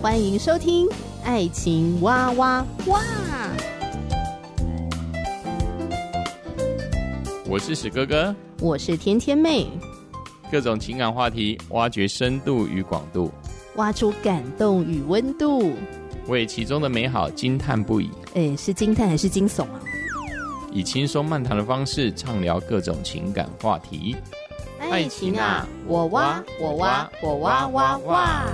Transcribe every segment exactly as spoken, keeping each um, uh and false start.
欢迎收听爱情哇哇哇。 我是史哥哥， 我是甜甜妹， 各种情感话题，挖掘深度与广度， 挖出感动与温度， 为其中的美好惊叹不已。 诶，是惊叹还是惊悚啊？ 以轻松漫谈的方式畅聊各种情感话题。 爱情啊，我挖我挖我挖挖挖。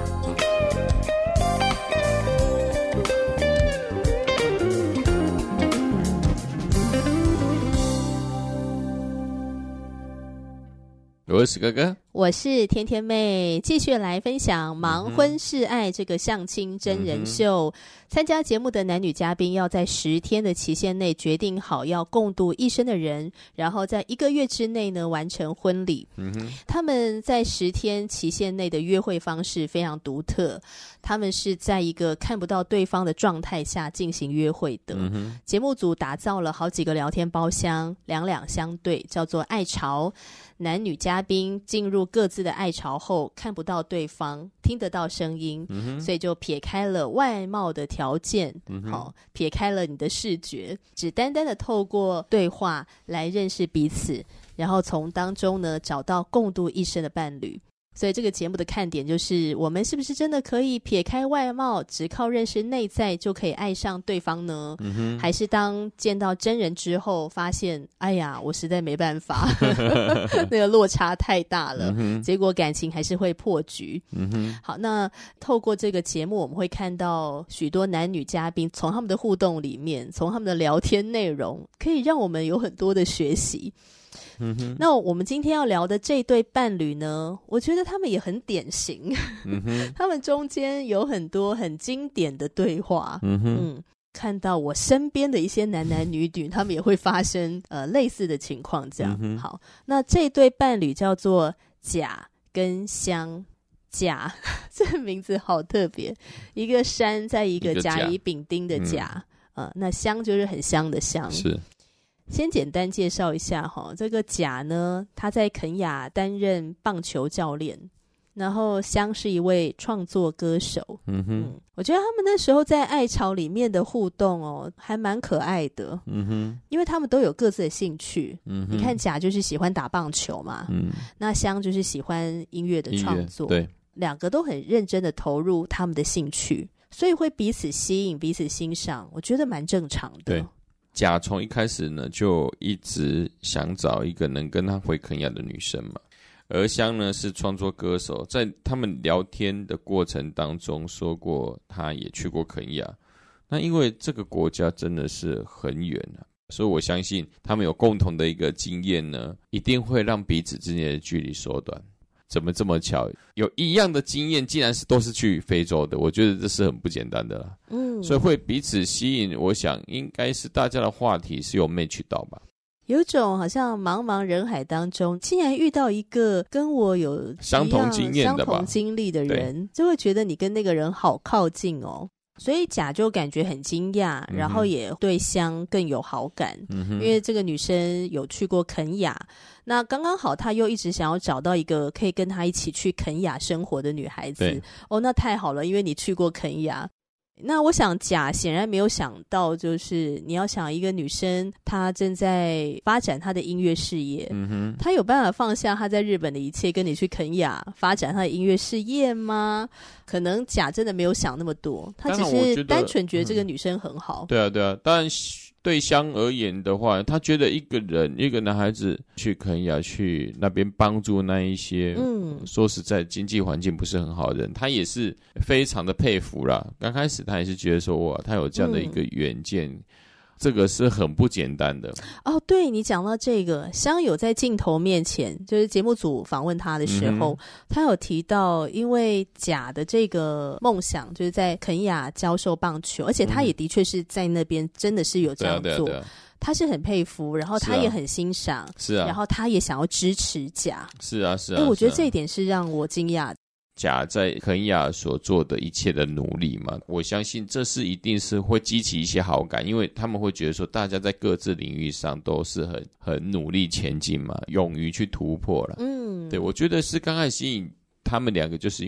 我是史哥哥， 我是甜甜妹，继续来分享盲婚试爱这个相亲真人秀、嗯、参加节目的男女嘉宾要在十天的期限内决定好要共度一生的人，然后在一个月之内呢完成婚礼、嗯、他们在十天期限内的约会方式非常独特，他们是在一个看不到对方的状态下进行约会的、嗯、节目组打造了好几个聊天包厢，两两相对，叫做爱巢，男女嘉宾进入各自的爱巢后看不到对方，听得到声音、嗯、所以就撇开了外貌的条件、嗯哦、撇开了你的视觉，只单单的透过对话来认识彼此，然后从当中呢找到共度一生的伴侣。所以这个节目的看点就是我们是不是真的可以撇开外貌，只靠认识内在就可以爱上对方呢、嗯、还是当见到真人之后发现哎呀我实在没办法那个落差太大了、嗯、结果感情还是会破局、嗯、好，那透过这个节目我们会看到许多男女嘉宾从他们的互动里面，从他们的聊天内容可以让我们有很多的学习。嗯哼，那我们今天要聊的这对伴侣呢，我觉得他们也很典型、嗯、哼他们中间有很多很经典的对话。嗯哼嗯，看到我身边的一些男男女女他们也会发生呃类似的情况这样、嗯、好，那这对伴侣叫做甲跟香。甲这个名字好特别，一个山在一个甲乙丙丁的甲、嗯呃、那香就是很香的香。 是， 先简单介绍一下哈，这个甲呢，他在肯亚担任棒球教练，然后香是一位创作歌手。嗯哼，嗯我觉得他们那时候在爱巢里面的互动哦，还蛮可爱的。嗯哼，因为他们都有各自的兴趣。嗯哼，你看甲就是喜欢打棒球嘛，嗯，那香就是喜欢音乐的创作，对，两个都很认真的投入他们的兴趣，所以会彼此吸引、彼此欣赏，我觉得蛮正常的。 对。甲从一开始呢就一直想找一个能跟他回肯亚的女生嘛，而香呢是创作歌手，在他们聊天的过程当中说过他也去过肯亚，那因为这个国家真的是很远啊，所以我相信他们有共同的一个经验呢，一定会让彼此之间的距离缩短。怎么这么巧，有一样的经验竟然是都是去非洲的，我觉得这是很不简单的啦。嗯，所以会彼此吸引，我想应该是大家的话题是有 match 到吧。 有种好像茫茫人海当中竟然遇到一个跟我有相同经验的吧， 相同经历的人，就会觉得你跟那个人好靠近哦，所以甲就感觉很惊讶、嗯、然后也对香更有好感、嗯、因为这个女生有去过肯亚，那刚刚好他又一直想要找到一个可以跟他一起去肯亚生活的女孩子。哦，那太好了，因为你去过肯亚。那我想甲显然没有想到，就是你要想一个女生她正在发展她的音乐事业、嗯、哼她有办法放下她在日本的一切跟你去肯亚发展她的音乐事业吗？可能甲真的没有想那么多，他只是单纯觉得这个女生很好、嗯、 对啊对啊，当然对香而言的话，他觉得一个人一个男孩子去肯亚去那边帮助那一些嗯，说实在经济环境不是很好的人，他也是非常的佩服啦。刚开始他也是觉得说哇，他有这样的一个远见、嗯，这个是很不简单的哦。对，你讲到这个，香有在镜头面前，就是节目组访问他的时候、嗯、他有提到因为甲的这个梦想就是在肯亚教授棒球，而且他也的确是在那边真的是有这样做、嗯、对啊对啊对啊，他是很佩服，然后他也很欣赏， 是啊， 然后他也想要支持甲， 是啊是啊， 我觉得这一点是让我惊讶的。 甲在肯亚所做的一切的努力嘛，我相信这是一定是会激起一些好感，因为他们会觉得说大家在各自领域上都是很很努力前进嘛，勇于去突破了。嗯，对，我觉得是刚开始吸引他们两个，就是因为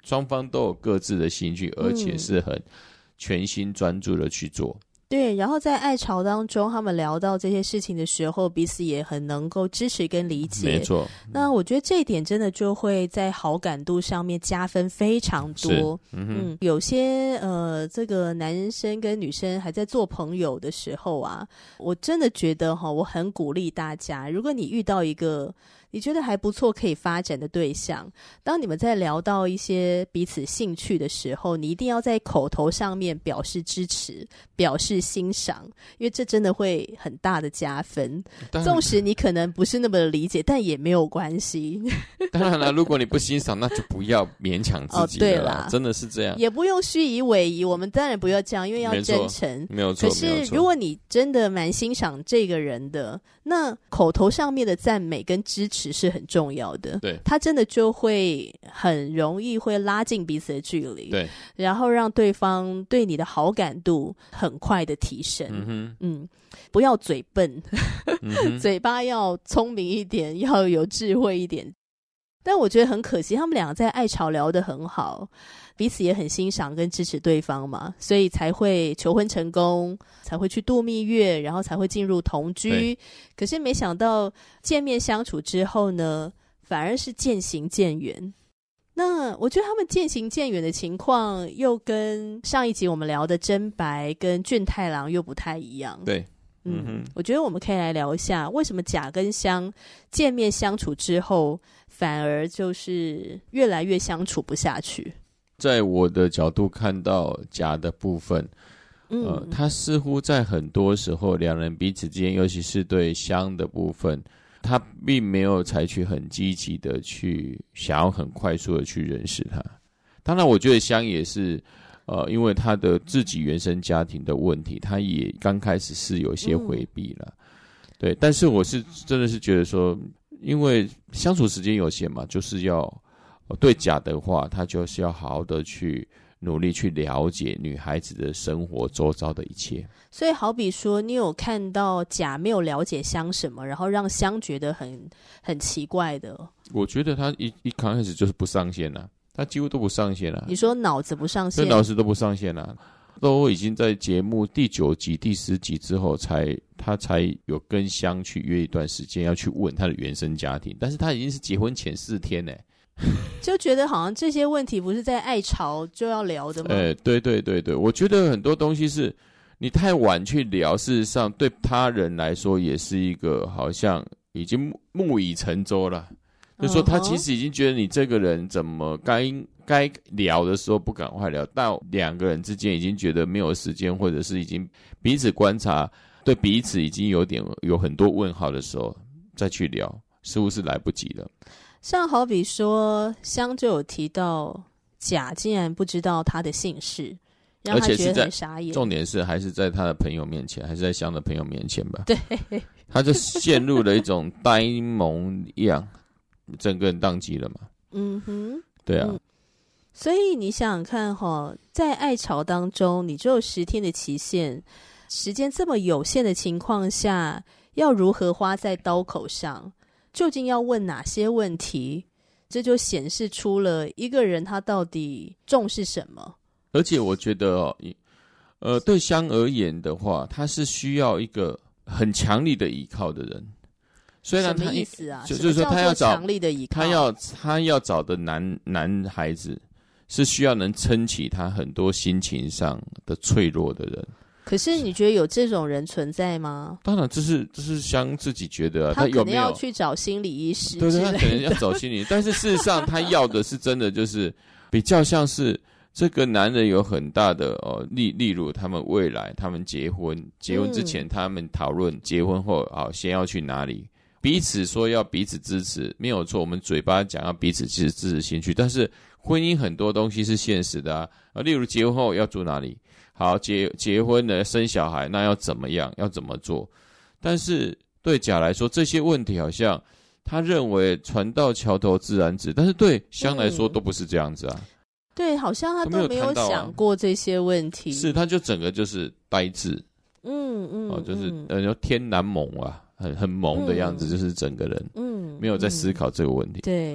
双方都有各自的兴趣，而且是很全心专注的去做。 对，然后在爱巢当中，他们聊到这些事情的时候，彼此也很能够支持跟理解。 没错， 那我觉得这一点真的就会在好感度上面加分非常多。嗯嗯，有些呃，这个男生跟女生还在做朋友的时候啊，我真的觉得哈，我很鼓励大家，如果你遇到一个你觉得还不错可以发展的对象，当你们在聊到一些彼此兴趣的时候，你一定要在口头上面表示支持，表示欣赏，因为这真的会很大的加分。纵使你可能不是那么的理解，但也没有关系。 当然了，如果你不欣赏，那就不要勉强自己了啦、哦、真的是这样， 也不用虚以委蛇，我们当然不要这样，因为要真诚。 没有错， 可是如果你真的蛮欣赏这个人的，那口头上面的赞美跟支持是很重要的， 对， 他真的就会很容易会拉近彼此的距离， 对， 然后让对方对你的好感度很快的提升。嗯哼，嗯，不要嘴笨，嗯、嘴巴要聪明一点，要有智慧一点。但我觉得很可惜，他们两个在爱巢聊得很好，彼此也很欣赏跟支持对方嘛，所以才会求婚成功，才会去度蜜月，然后才会进入同居。可是没想到见面相处之后呢，反而是渐行渐远。那我觉得他们渐行渐远的情况又跟上一集我们聊的真白跟俊太郎又不太一样。 对， 嗯哼，我觉得我们可以来聊一下，为什么甲跟香见面相处之后反而就是越来越相处不下去。 在我的角度看到甲的部分，嗯、呃，他似乎在很多时候两人彼此之间，尤其是对香的部分，他并没有采取很积极的去想要很快速的去认识他。当然我觉得香也是呃，因为他的自己原生家庭的问题，他也刚开始是有些回避了、嗯、对，但是我是真的是觉得说，因为相处时间有限嘛，就是要对甲的话，他就是要好好的去努力去了解女孩子的生活周遭的一切。 所以好比说你有看到甲没有了解香什么，然后让香觉得很很奇怪的？我觉得他一一刚开始就是不上线了，他几乎都不上线了。 你说脑子不上线？ 脑子都不上线了，都已经在节目第九集第十集之后才他才有跟香去约一段时间要去问他的原生家庭，但是他已经是结婚前四天耶就觉得好像这些问题不是在爱巢就要聊的吗？ 欸、对对对对，我觉得很多东西是你太晚去聊，事实上对他人来说也是一个好像已经木已成舟了，就是说他其实已经觉得你这个人怎么该该聊的时候不赶快聊，到两个人之间已经觉得没有时间，或者是已经彼此观察对彼此已经有点有很多问号的时候再去聊，似乎是来不及了。 像好比说香就有提到甲竟然不知道他的姓氏，让他觉得很傻眼， 重点是还是在他的朋友面前，还是在香的朋友面前吧。 对， 他就陷入了一种呆萌样，整个人宕机了嘛。嗯哼，对啊、嗯、 所以你想想看齁，在爱巢当中你只有十天的期限，时间这么有限的情况下，要如何花在刀口上，究竟要问哪些问题，这就显示出了一个人他到底重视什么。 而且我觉得哦，呃，对香而言的话，他是需要一个很强力的依靠的人。虽然他什么意思啊？ 就就是说他要找强力的依靠， 他要他要找的男男孩子是需要能撑起他很多心情上的脆弱的人。 可是你觉得有这种人存在吗？ 当然，这是这是香自己觉得啊， 他可能要去找心理医师之类的， 对对，他可能要找心理，但是事实上他要的是真的就是比较像是这个男人有很大的哦，例例如他们未来他们结婚，结婚之前他们讨论结婚后好先要去哪里，彼此说要彼此支持，没有错，我们嘴巴讲要彼此支持支持兴趣，但是婚姻很多东西是现实的啊，啊例如结婚后要住哪里。好，结结婚了生小孩，那要怎么样，要怎么做？但是对甲来说，这些问题好像他认为船到桥头自然直，但是对香来说都不是这样子啊。嗯、 对，好像他都没有想过这些问题。 是，他就整个就是呆滞。嗯嗯，哦，就是呃天然萌啊，很很萌的样子，嗯、就是整个人嗯没有在思考这个问题。 对。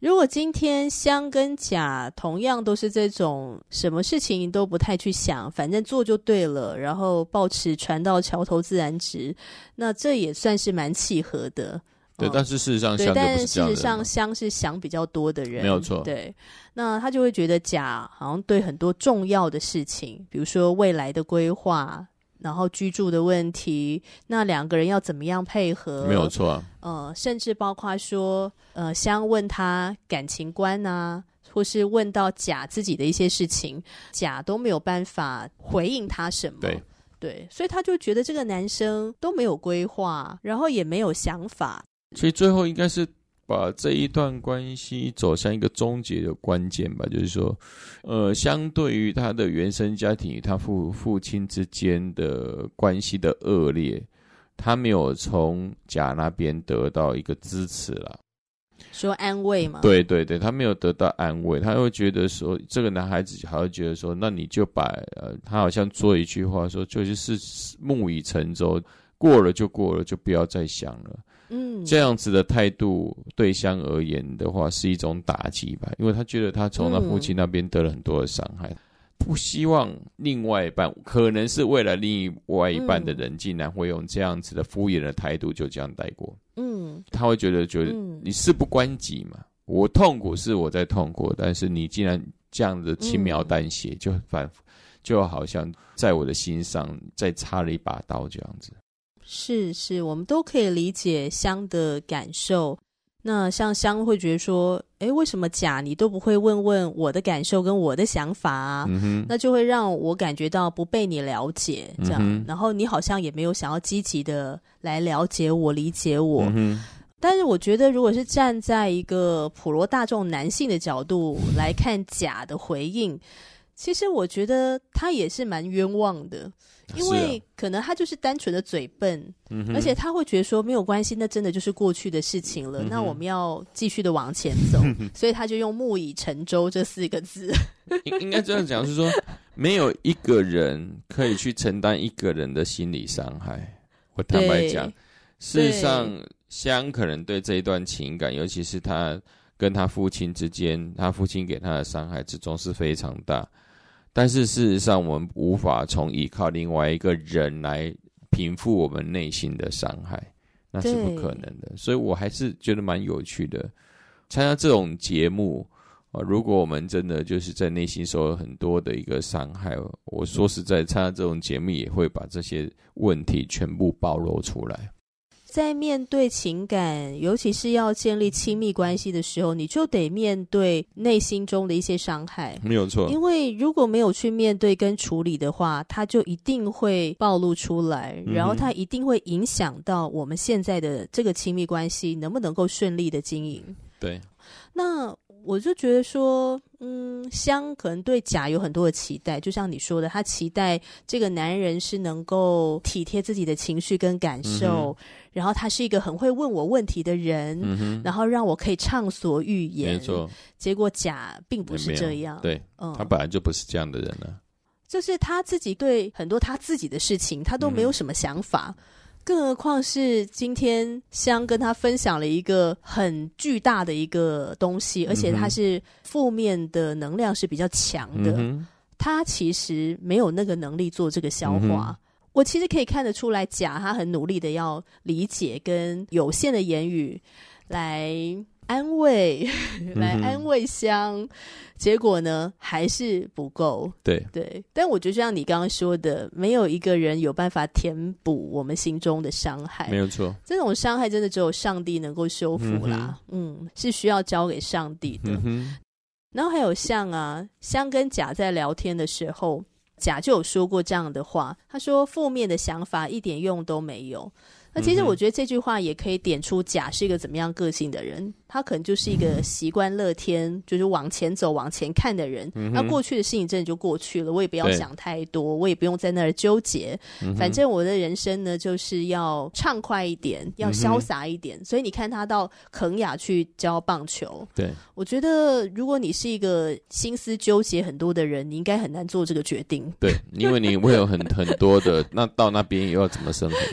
如果今天香跟甲同样都是这种什么事情都不太去想，反正做就对了，然后抱持船到桥头自然直，那这也算是蛮契合的。 对， 嗯、 但是事实上香就不是这样的人嘛， 对，但事实上香是想比较多的人， 没有错。 对，那他就会觉得甲好像对很多重要的事情，比如说未来的规划，然后居住的问题，那两个人要怎么样配合， 没有错啊。 呃，甚至包括说，呃，香问他感情观啊，或是问到甲自己的一些事情，甲都没有办法回应他什么。 对对，所以他就觉得这个男生都没有规划，然后也没有想法。 所以最后应该是把这一段关系走向一个终结的关键吧，就是说，呃，相对于他的原生家庭与他父父亲之间的关系的恶劣，他没有从甲那边得到一个支持啦， 说安慰嘛？ 对对对，他没有得到安慰，他会觉得说，这个男孩子还会觉得说，那你就把呃，他好像说一句话说，就是木已成舟，过了就过了，就不要再想了。嗯，这样子的态度对香而言的话是一种打击吧，因为他觉得他从他父亲那边得了很多的伤害，嗯、不希望另外一半，可能是未来另外一半的人竟然会用这样子的敷衍的态度就这样带过。嗯，他会觉得觉得你事不关己嘛，我痛苦是我在痛苦，但是你竟然这样的轻描淡写，嗯、就反就好像在我的心上再插了一把刀这样子。 是是，我们都可以理解香的感受。那像香会觉得说，诶，为什么甲你都不会问问我的感受跟我的想法啊？嗯、那就会让我感觉到不被你了解，这样。嗯、然后你好像也没有想要积极的来了解我、理解我。嗯、但是我觉得，如果是站在一个普罗大众男性的角度来看甲的回应，其实我觉得他也是蛮冤枉的。因为可能他就是单纯的嘴笨，嗯、而且他会觉得说没有关系，那真的就是过去的事情了，嗯、那我们要继续的往前走，所以他就用木已成舟这四个字。 应应该这样讲，是说没有一个人可以去承担一个人的心理伤害。我坦白讲，事实上香可能对这一段情感，尤其是他跟他父亲之间，他父亲给他的伤害之中是非常大。但是事实上，我们无法从依靠另外一个人来平复我们内心的伤害，那是不可能的。所以我还是觉得蛮有趣的，参加这种节目，呃、如果我们真的就是在内心受了很多的一个伤害，我说实在，参加这种节目也会把这些问题全部暴露出来。 在面对情感，尤其是要建立亲密关系的时候，你就得面对内心中的一些伤害， 没有错。 因为如果没有去面对跟处理的话，它就一定会暴露出来，然后它一定会影响到我们现在的这个亲密关系能不能够顺利的经营。 对， 那我就觉得说，嗯，香可能对甲有很多的期待，就像你说的，他期待这个男人是能够体贴自己的情绪跟感受，嗯、然后他是一个很会问我问题的人，嗯、然后让我可以畅所欲言。没错，结果甲并不是这样， 对，嗯，他本来就不是这样的人了。 就是他自己对很多他自己的事情，他都没有什么想法。嗯，更何况是今天香跟他分享了一个很巨大的一个东西，而且它是负面的能量是比较强的，嗯、他其实没有那个能力做这个消化。嗯、我其实可以看得出来，甲他很努力的要理解跟有限的言语来安慰来安慰香，结果呢还是不够。 对对，但我觉得就像你刚刚说的，没有一个人有办法填补我们心中的伤害， 没有错， 这种伤害真的只有上帝能够修复啦。 嗯, 嗯，是需要交给上帝的。嗯、然后还有像啊，香跟甲在聊天的时候，甲就有说过这样的话，他说负面的想法一点用都没有。那其实我觉得这句话也可以点出甲是一个怎么样个性的人，他可能就是一个习惯乐天，就是往前走往前看的人。那、嗯、过去的事情真的就过去了，我也不要想太多，我也不用在那儿纠结、嗯、反正我的人生呢就是要畅快一点，要潇洒一点、嗯、所以你看他到肯雅去教棒球，对，我觉得如果你是一个心思纠结很多的人，你应该很难做这个决定。 对，因为你会有很很多的那到那边又要怎么生活？ 对啊，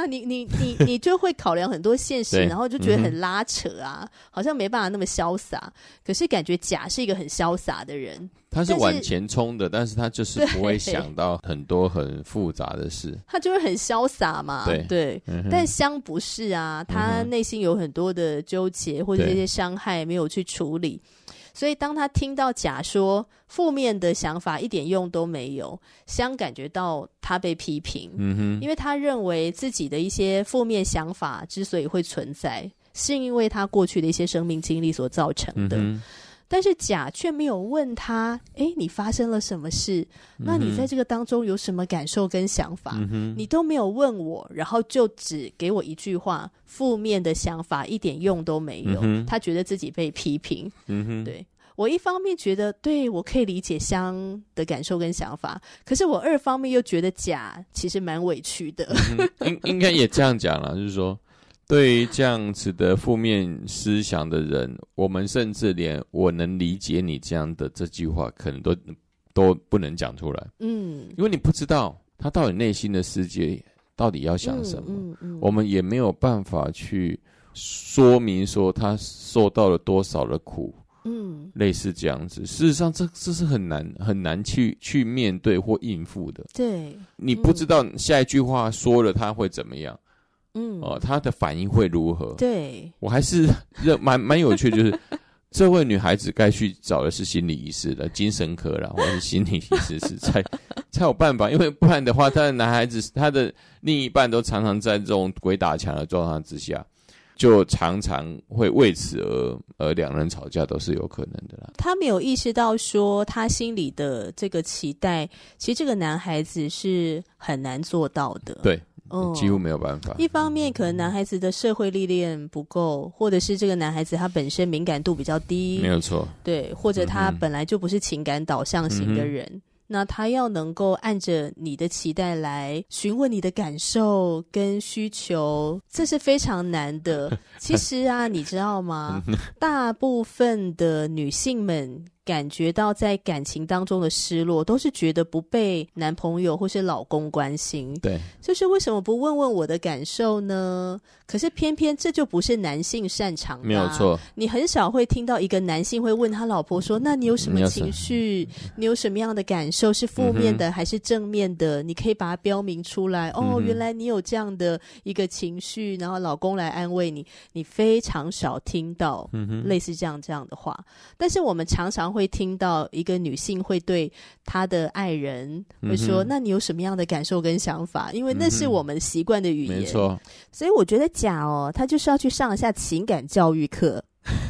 你你你你就会考量很多现实，然后就觉得很拉扯啊、嗯，好像没办法那么潇洒。可是感觉甲是一个很潇洒的人， 他是往前冲的，但是他就是不会想到很多很复杂的事， 他就会很潇洒嘛。对对、嗯，但香不是啊，他内心有很多的纠结或者这些伤害没有去处理。所以当他听到甲说负面的想法一点用都没有，香感觉到他被批评、嗯哼，因为他认为自己的一些负面想法之所以会存在，是因为他过去的一些生命经历所造成的、嗯，但是甲却没有问他，诶，你发生了什么事、嗯、那你在这个当中有什么感受跟想法、嗯、你都没有问我，然后就只给我一句话，负面的想法一点用都没有、嗯、他觉得自己被批评、嗯哼，对，我一方面觉得对，我可以理解香的感受跟想法，可是我二方面又觉得甲其实蛮委屈的、 嗯、应, 应该也这样讲啦，就是说对于这样子的负面思想的人，我们甚至连我能理解你这样的这句话可能都都不能讲出来，嗯，因为你不知道他到底内心的世界到底要想什么、嗯嗯嗯、我们也没有办法去说明说他受到了多少的苦，嗯，类似这样子，事实上这这是很难很难去去面对或应付的，对，你不知道下一句话说了他会怎么样，嗯，哦，他的反应会如何？对，我还是蛮蛮有趣，就是这位女孩子该去找的是心理医师的，精神科啦，或者是心理医师是才才有办法，因为不然的话，他的男孩子他的另一半都常常在这种鬼打墙的状况之下，就常常会为此而而两人吵架，都是有可能的啦。 他没有意识到说他心里的这个期待，其实这个男孩子是很难做到的。 对。嗯，几乎没有办法。 一方面可能男孩子的社会历练不够，或者是这个男孩子他本身敏感度比较低， 没有错， 对，或者他本来就不是情感导向型的人、嗯、那他要能够按着你的期待来询问你的感受跟需求，这是非常难的。其实啊你知道吗，大部分的女性们感觉到在感情当中的失落，都是觉得不被男朋友或是老公关心。对，就是为什么不问问我的感受呢？可是偏偏这就不是男性擅长的、啊、 没有错。 你很少会听到一个男性会问他老婆说，那你有什么情绪，你有什么样的感受，是负面的还是正面的、嗯、你可以把它标明出来、嗯、哦，原来你有这样的一个情绪，然后老公来安慰你，你非常少听到类似这样这样的话。但是我们常常会会听到一个女性会对她的爱人会说、嗯、那你有什么样的感受跟想法，因为那是我们习惯的语言、嗯、没错。所以我觉得甲哦，他就是要去上一下情感教育课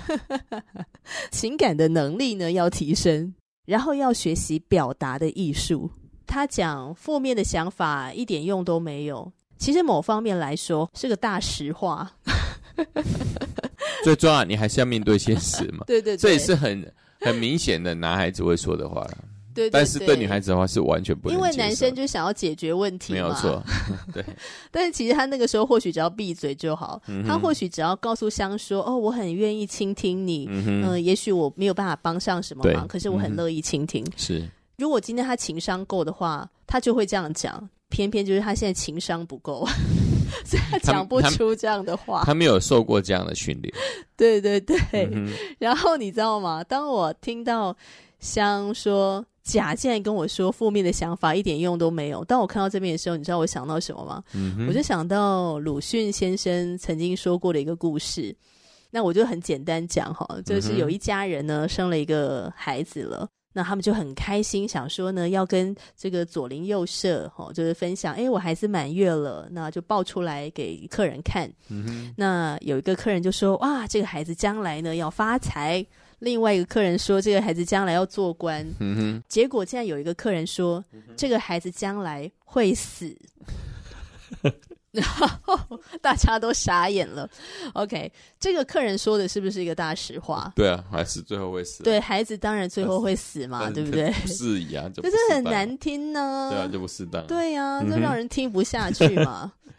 情感的能力呢要提升，然后要学习表达的艺术。他讲负面的想法一点用都没有，其实某方面来说是个大实话最重要你还是要面对现实嘛对对对， 这也是很很明显的男孩子会说的话啦。对对对，但是对女孩子的话是完全不能接受， 因为男生就想要解决问题嘛， 没有错对， 但是其实他那个时候或许只要闭嘴就好、嗯、他或许只要告诉香说，哦，我很愿意倾听你，嗯、呃，也许我没有办法帮上什么忙，可是我很乐意倾听、嗯、是。如果今天他情商够的话，他就会这样讲，偏偏就是他现在情商不够所以他讲不出这样的话， 他, 他没有受过这样的训练对对对、嗯、然后你知道吗，当我听到香说甲竟然跟我说负面的想法一点用都没有，当我看到这边的时候，你知道我想到什么吗、嗯、我就想到鲁迅先生曾经说过的一个故事，那我就很简单讲哈，就是有一家人呢生了一个孩子了，那他们就很开心，想说呢要跟这个左邻右舍、哦、就是分享，哎，我孩子满月了，那就抱出来给客人看、嗯、那有一个客人就说，哇，这个孩子将来呢要发财，另外一个客人说这个孩子将来要做官、嗯、结果现在有一个客人说、嗯、这个孩子将来会死然后大家都傻眼了 OK， 这个客人说的是不是一个大实话？ 对啊，孩子最后会死、啊、 对，孩子当然最后会死嘛，对不对？ 不适宜啊，就可是很难听呢、 对啊，就不适当、啊、 对啊，就让人听不下去嘛、嗯、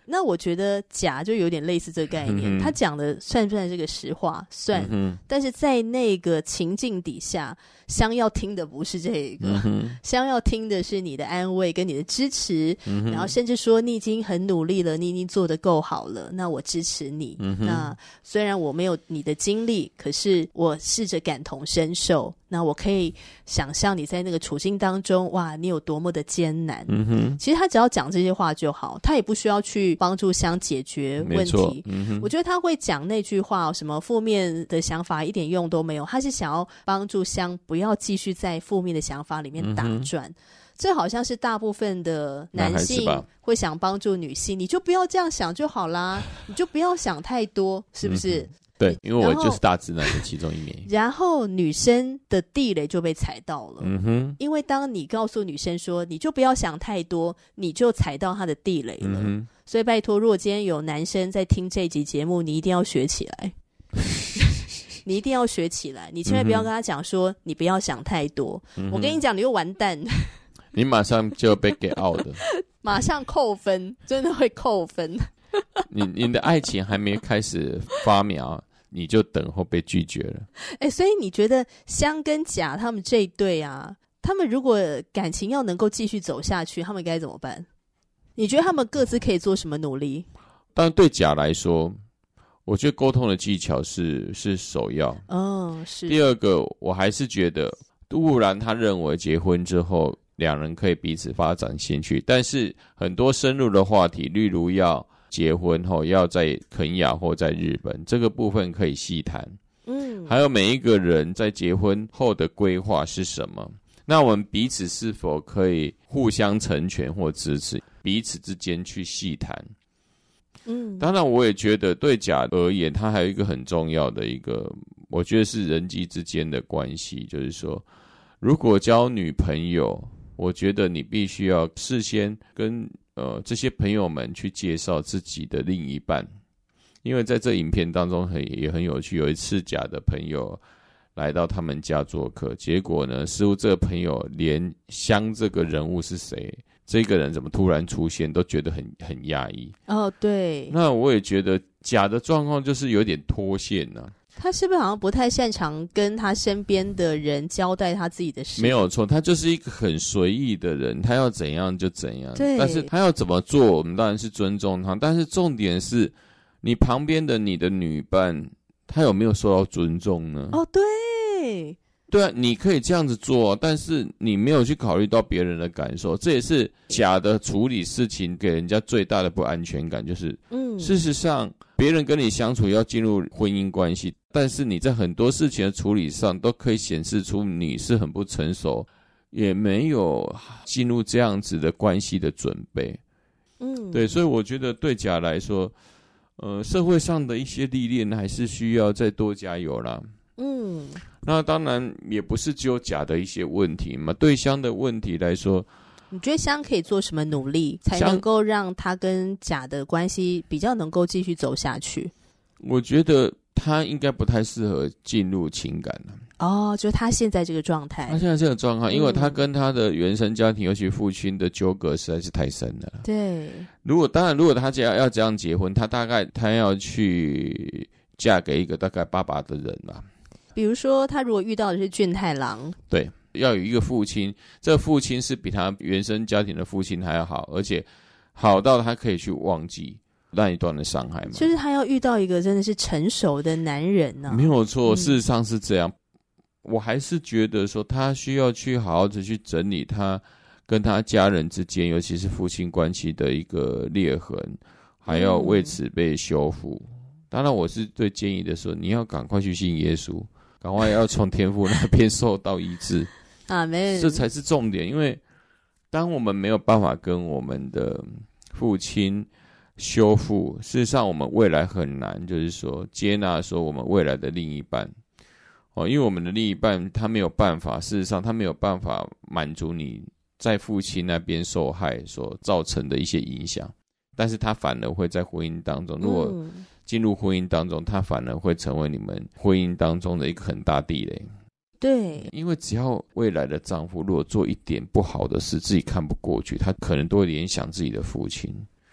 那我觉得甲就有点类似这个概念，嗯、他讲的算不算这个实话？算、嗯，但是在那个情境底下，香要听的不是这个，嗯、香要听的是你的安慰跟你的支持，嗯、然后甚至说你已经很努力了，你已经做得够好了，那我支持你。嗯、那虽然我没有你的经历，可是我试着感同身受。那我可以想象你在那个处境当中，哇，你有多么的艰难。嗯哼，其实他只要讲这些话就好，他也不需要去帮助香解决问题。嗯哼，我觉得他会讲那句话，什么负面的想法一点用都没有，他是想要帮助香不要继续在负面的想法里面打转。嗯，这好像是大部分的男性会想帮助女性，你就不要这样想就好啦，你就不要想太多，是不是？嗯， 对，因为我就是大直男的其中一名。 然后女生的地雷就被踩到了。嗯哼，因为当你告诉女生说你就不要想太多，你就踩到她的地雷了。嗯，所以拜托，如果今天有男生在听这集节目，你一定要学起来。你一定要学起来，你千万不要跟他讲说你不要想太多。嗯，我跟你讲，你又完蛋。 你马上就被给 out 的， 马上扣分，真的会扣分。 你你的爱情还没开始发苗，你就等候被拒绝了。 哎、欸，所以你觉得香跟甲他们这一对啊，他们如果感情要能够继续走下去，他们该怎么办？你觉得他们各自可以做什么努力？ 当然，对甲来说，我觉得沟通的技巧是是首要。 哦，是。 第二个，我还是觉得，固然他认为结婚之后两人可以彼此发展兴趣，但是很多深入的话题，例如要结婚后要在肯亚或在日本，这个部分可以细谈。嗯，还有每一个人在结婚后的规划是什么？那我们彼此是否可以互相成全或支持，彼此之间去细谈。嗯，当然我也觉得对甲而言，他还有一个很重要的一个，我觉得是人际之间的关系，就是说，如果交女朋友，我觉得你必须要事先跟呃，这些朋友们去介绍自己的另一半，因为在这影片当中很也很有趣。有一次甲的朋友来到他们家做客，结果呢，似乎这个朋友连香这个人物是谁，这个人怎么突然出现，都觉得很很讶异。 哦，对。 那我也觉得甲的状况就是有点脱线啊。 他是不是好像不太擅长跟他身边的人交代他自己的事？ 没有错，他就是一个很随意的人，他要怎样就怎样。 对， 但是他要怎么做，我们当然是尊重他。但是重点是，你旁边的你的女伴，她有没有受到尊重呢？ 哦，对， 对啊，你可以这样子做，但是你没有去考虑到别人的感受，这也是甲的处理事情给人家最大的不安全感，就是，嗯，事实上别人跟你相处要进入婚姻关系，但是你在很多事情的处理上都可以显示出你是很不成熟，也没有进入这样子的关系的准备。嗯，对，所以我觉得对甲来说，呃，社会上的一些历练还是需要再多加油啦。嗯，那当然也不是只有甲的一些问题嘛，对香的问题来说， 你觉得香可以做什么努力，才能够让他跟甲的关系比较能够继续走下去？ 我觉得他应该不太适合进入情感了。 哦，就他现在这个状态， 他现在这个状况，因为他跟他的原生家庭，尤其父亲的纠葛实在是太深了。 对， 如果当然，如果他要要这样结婚，他大概他要去嫁给一个大概爸爸的人吧。 比如说，他如果遇到的是俊太郎， 对，要有一个父亲，这个父亲是比他原生家庭的父亲还要好，而且好到他可以去忘记那一段的伤害嘛。 就是他要遇到一个真的是成熟的男人呢、啊， 没有错，事实上是这样。嗯，我还是觉得说，他需要去好好的去整理他跟他家人之间，尤其是父亲关系的一个裂痕，还要为此被修复。嗯、当然，我是最建议的说，你要赶快去信耶稣，赶快要从天父那边受到医治啊，没， 这才是重点。因为当我们没有办法跟我们的父亲修复，事实上我们未来很难，就是说接纳说我们未来的另一半。哦，因为我们的另一半他没有办法，事实上他没有办法满足你在父亲那边受害所造成的一些影响，但是他反而会在婚姻当中，如果进入婚姻当中，他反而会成为你们婚姻当中的一个很大地雷。 对， 因为只要未来的丈夫如果做一点不好的事，自己看不过去，他可能都会联想自己的父亲。嗯，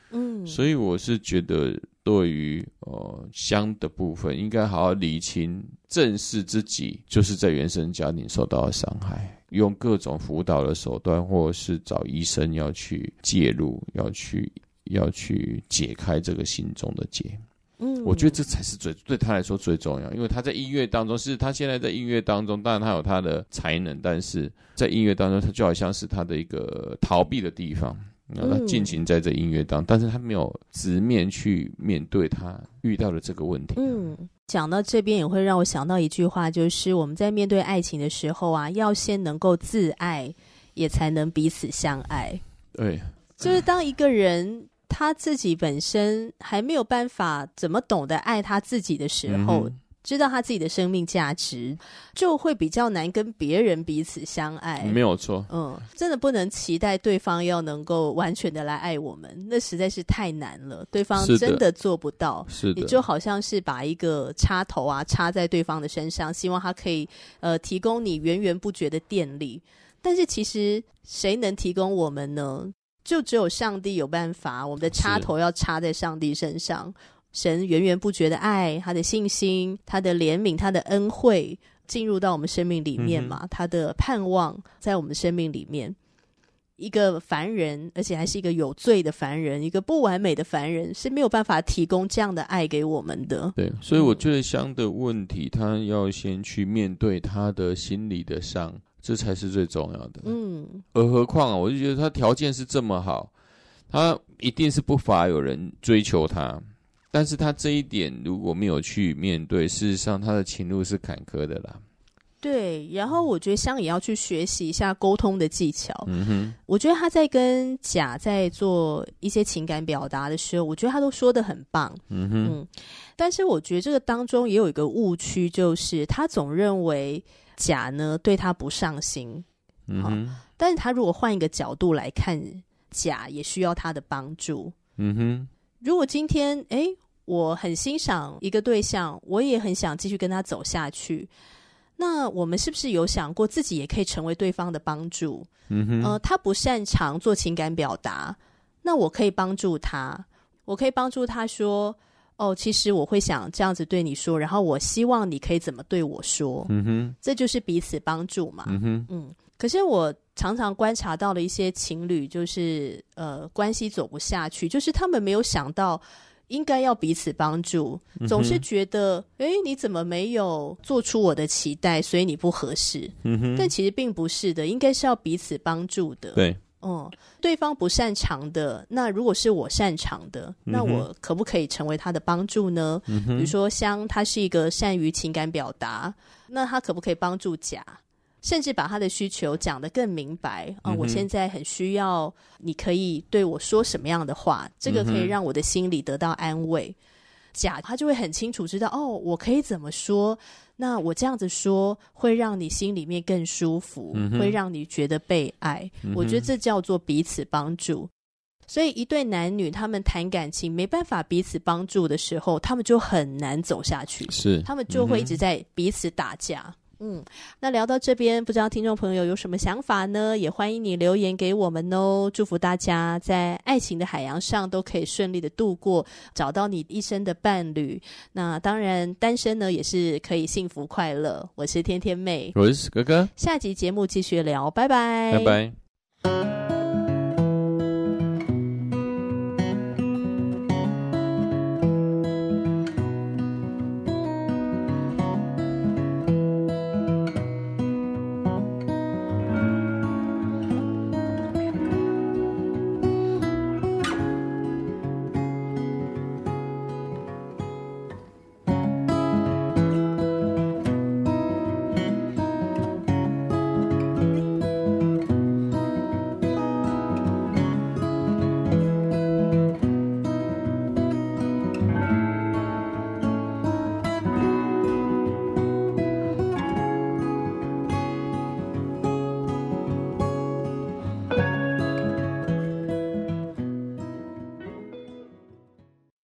所以我是觉得对于呃香的部分，应该好好理清，正视自己就是在原生家庭受到的伤害，用各种辅导的手段，或者是找医生要去介入，要去要去解开这个心中的结。嗯，我觉得这才是最对他来说最重要，因为他在音乐当中，是他现在在音乐当中，当然他有他的才能，但是在音乐当中，他就好像是他的一个逃避的地方。然后他尽情在这音乐当中，嗯，但是他没有直面去面对他遇到的这个问题。 嗯，讲到这边也会让我想到一句话，就是我们在面对爱情的时候啊，要先能够自爱，也才能彼此相爱。 对， 就是当一个人他自己本身还没有办法怎么懂得爱他自己的时候，嗯，知道他自己的生命价值，就会比较难跟别人彼此相爱。 没有错， 嗯，真的不能期待对方要能够完全的来爱我们，那实在是太难了，对方真的做不到。 是的， 也就好像是把一个插头啊插在对方的身上，希望他可以呃提供你源源不绝的电力，但是其实谁能提供我们呢？就只有上帝有办法，我们的插头要插在上帝身上。神源源不绝的爱，他的信心，他的怜悯，他的恩惠进入到我们生命里面嘛，嗯，他的盼望在我们生命里面。一个凡人，而且还是一个有罪的凡人，一个不完美的凡人，是没有办法提供这样的爱给我们的。 对，所以我觉得香的问题，他要先去面对他的心理的伤，这才是最重要的。嗯，而何况啊，我就觉得他条件是这么好，他一定是不乏有人追求他，但是他这一点如果没有去面对，事实上他的情路是坎坷的啦。 对，然后我觉得香也要去学习一下沟通的技巧。嗯哼，我觉得他在跟甲在做一些情感表达的时候，我觉得他都说得很棒。嗯哼，嗯，但是我觉得这个当中也有一个误区，就是他总认为甲呢对他不上心。嗯哼，但是他如果换一个角度来看，甲也需要他的帮助。嗯哼，如果今天诶我很欣赏一个对象，我也很想继续跟他走下去，那我们是不是有想过自己也可以成为对方的帮助？嗯哼，呃，他不擅长做情感表达，那我可以帮助他，我可以帮助他说，哦，其实我会想这样子对你说，然后我希望你可以怎么对我说。嗯哼，这就是彼此帮助嘛。嗯哼，嗯，可是我常常观察到了一些情侣，就是呃关系走不下去，就是他们没有想到应该要彼此帮助，总是觉得诶你怎么没有做出我的期待，所以你不合适。嗯哼，但其实并不是的，应该是要彼此帮助的。 对， 嗯，对方不擅长的，那如果是我擅长的，那我可不可以成为他的帮助呢？嗯哼，比如说香他是一个善于情感表达，那他可不可以帮助甲，甚至把他的需求讲得更明白啊、嗯！我现在很需要，你可以对我说什么样的话，这个可以让我的心里得到安慰。甲他就会很清楚知道，哦，我可以怎么说，那我这样子说会让你心里面更舒服，嗯、会让你觉得被爱、嗯。我觉得这叫做彼此帮助。所以一对男女他们谈感情没办法彼此帮助的时候，他们就很难走下去， 是他们就会一直在彼此打架。嗯，那聊到这边，不知道听众朋友有什么想法呢？也欢迎你留言给我们哦。祝福大家在爱情的海洋上都可以顺利的度过，找到你一生的伴侣。那当然，单身呢也是可以幸福快乐。我是天天妹， 我是哥哥， 下集节目继续聊，拜拜， 拜拜。